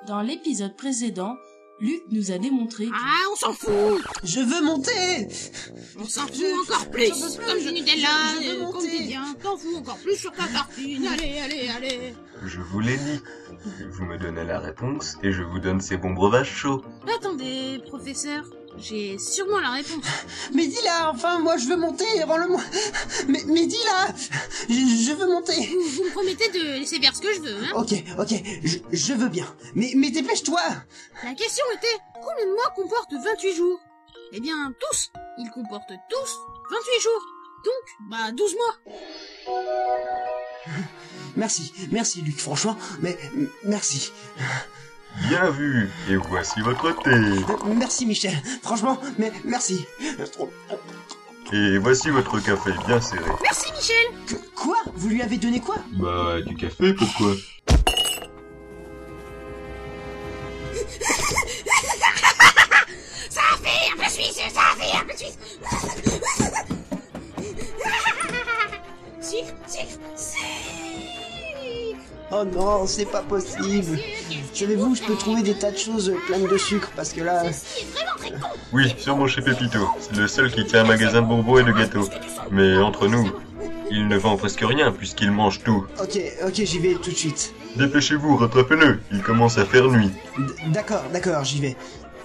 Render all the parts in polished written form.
Dans l'épisode précédent, Luc nous a démontré que... Ah, on s'en fout. Je veux monter. On s'en fout encore plus. Comme je disais là, je veux comme monter. t'es bien, t'en fous encore plus sur ta tartine. Allez. Je vous l'ai dit. Vous me donnez la réponse et je vous donne ces bons breuvages chauds. Attendez, professeur, j'ai sûrement la réponse. Mais dis là, enfin, moi je veux monter, rends-le-moi. Mais dis là, je veux monter. Vous me promettez de laisser faire ce que je veux, hein? Ok, je veux bien. Mais dépêche-toi. La question était, combien de mois comportent 28 jours? Eh bien, tous. Ils comportent tous 28 jours. Donc, 12 mois. Merci Luc, franchement, mais merci. Bien vu. Et voici votre thé. Merci Michel, franchement, mais merci. Et voici votre café bien serré. Merci, Michel. Quoi? Vous lui avez donné quoi? Bah, du café, pourquoi? Ça a fait un peu suisse. Sucre. Oh non, c'est pas possible. Savez-vous, je peux trouver des tas de choses pleines de sucre, parce que là... C'est vraiment très con. Oui, sûrement chez Pépito. C'est le seul qui tient un magasin de bonbons et de gâteaux. Mais entre nous, il ne vend presque rien puisqu'il mange tout. Ok, j'y vais tout de suite. Dépêchez-vous, rattrapez-le. Il commence à faire nuit. D'accord, j'y vais.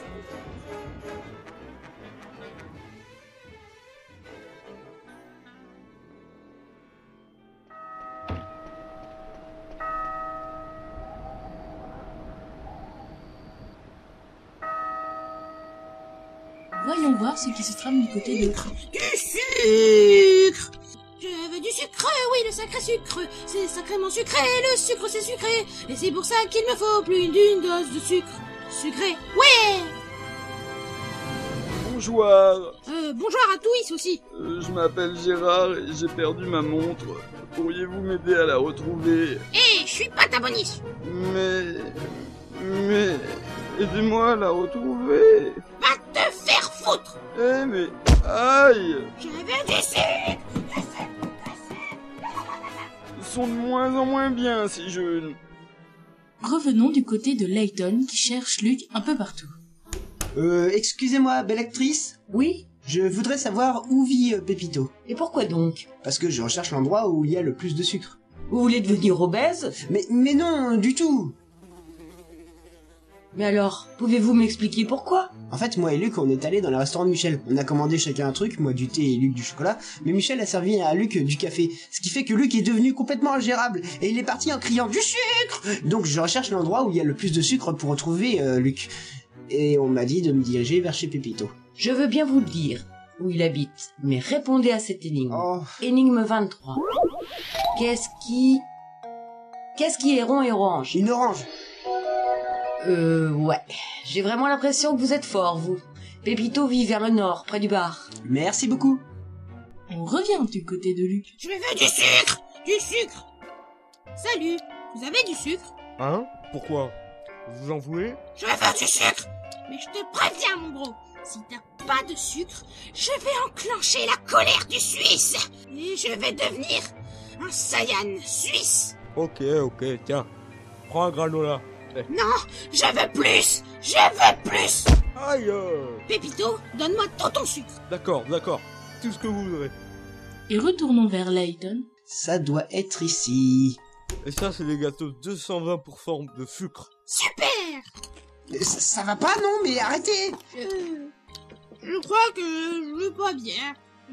Voyons voir ce qui se trame du côté de... Du sucre. Je veux du sucre, oui, le sacré sucre. C'est sacrément sucré, le sucre c'est sucré. Et c'est pour ça qu'il me faut plus d'une dose de sucre. Sucré, ouais. Bonjour, Bonjour à Twis aussi. je m'appelle Gérard et j'ai perdu ma montre. Pourriez-vous m'aider à la retrouver? Je suis pas ta bonniche. Mais... aidez-moi à la retrouver. Va te faire foutre. Mais... aïe! Je veux du sucre. Ils sont de moins en moins bien, ces jeunes. Revenons du côté de Layton qui cherche Luc un peu partout. Excusez-moi, belle actrice. Oui? Je voudrais savoir où vit Pépito. Et pourquoi donc? Parce que je recherche l'endroit où il y a le plus de sucre. Vous voulez devenir obèse? Mais non, du tout. Mais alors, pouvez-vous m'expliquer pourquoi? En fait, moi et Luc, on est allés dans le restaurant de Michel. On a commandé chacun un truc, moi du thé et Luc du chocolat, mais Michel a servi à Luc du café. Ce qui fait que Luc est devenu complètement ingérable, et il est parti en criant « Du sucre !» Donc je recherche l'endroit où il y a le plus de sucre pour retrouver Luc. Et on m'a dit de me diriger vers chez Pépito. Je veux bien vous le dire, où il habite, mais répondez à cette énigme. Oh, Énigme 23. Qu'est-ce qui est rond et orange? une orange. Ouais. J'ai vraiment l'impression que vous êtes fort, vous. Pépito vit vers le nord, près du bar. Merci beaucoup. On revient du côté de Luc. Je veux du sucre. Du sucre. Salut. Vous avez du sucre? Hein? Pourquoi? Vous en voulez? Je veux du sucre. Mais je te préviens, mon gros. Si t'as pas de sucre, je vais enclencher la colère du Suisse. Et je vais devenir un Saiyan suisse. Ok, tiens. Prends un granola. Non, je veux plus. Je veux plus. Aïe! Pépito, donne-moi tout ton sucre. D'accord. Tout ce que vous voudrez. Et retournons vers Layton. Ça doit être ici. Et ça, c'est des gâteaux 220% de sucre. Super. Ça va pas, non? Mais arrêtez. Je crois que je vais pas bien.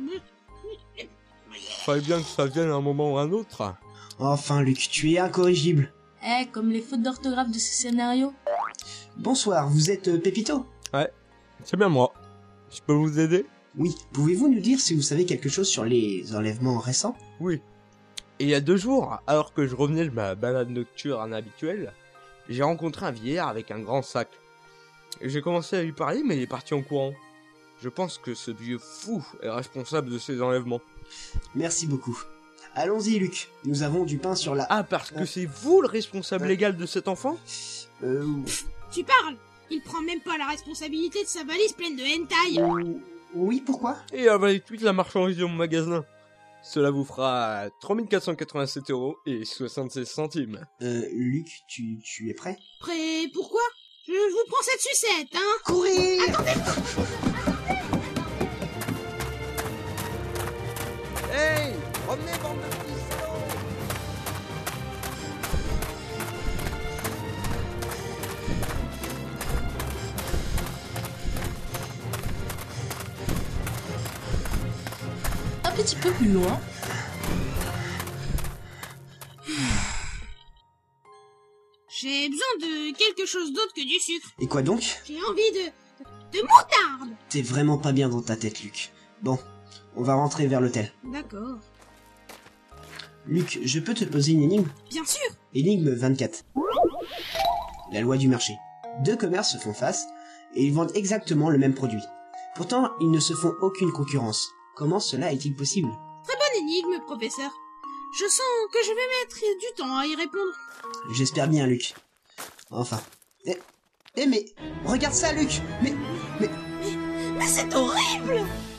Fallait bien que ça vienne à un moment ou à un autre. Enfin, Luc, tu es incorrigible. Comme les fautes d'orthographe de ce scénario. Bonsoir, vous êtes Pépito? Ouais, c'est bien moi. Je peux vous aider? Oui, pouvez-vous nous dire si vous savez quelque chose sur les enlèvements récents? Oui. Et il y a 2 jours, alors que je revenais de ma balade nocturne habituelle, j'ai rencontré un vieillard avec un grand sac. J'ai commencé à lui parler, mais il est parti en courant. Je pense que ce vieux fou est responsable de ces enlèvements. Merci beaucoup. Allons-y, Luc. Nous avons du pain sur la... Ah, parce que c'est vous le responsable légal de cet enfant? Tu parles. Il prend même pas la responsabilité de sa valise pleine de hentai. Oui, pourquoi? Et avalé toute la marchandise de mon magasin. Cela vous fera 3487 € et 76 centimes. Luc, tu es prêt? Prêt, pourquoi? Je vous prends cette sucette, hein? Courir! Hey! Revenez, bande de pistons! Un petit peu plus loin, J'ai besoin de quelque chose d'autre que du sucre. Et quoi donc? J'ai envie de moutarde. T'es vraiment pas bien dans ta tête, Luc. Bon, on va rentrer vers l'hôtel. D'accord. Luc, je peux te poser une énigme? Bien sûr. Énigme 24. La loi du marché. Deux commerces se font face et ils vendent exactement le même produit. Pourtant, ils ne se font aucune concurrence. Comment cela est-il possible? Très bonne énigme, professeur. Je sens que je vais mettre du temps à y répondre. J'espère bien, Luc. Enfin. Mais regarde ça, Luc. Mais Mais c'est horrible!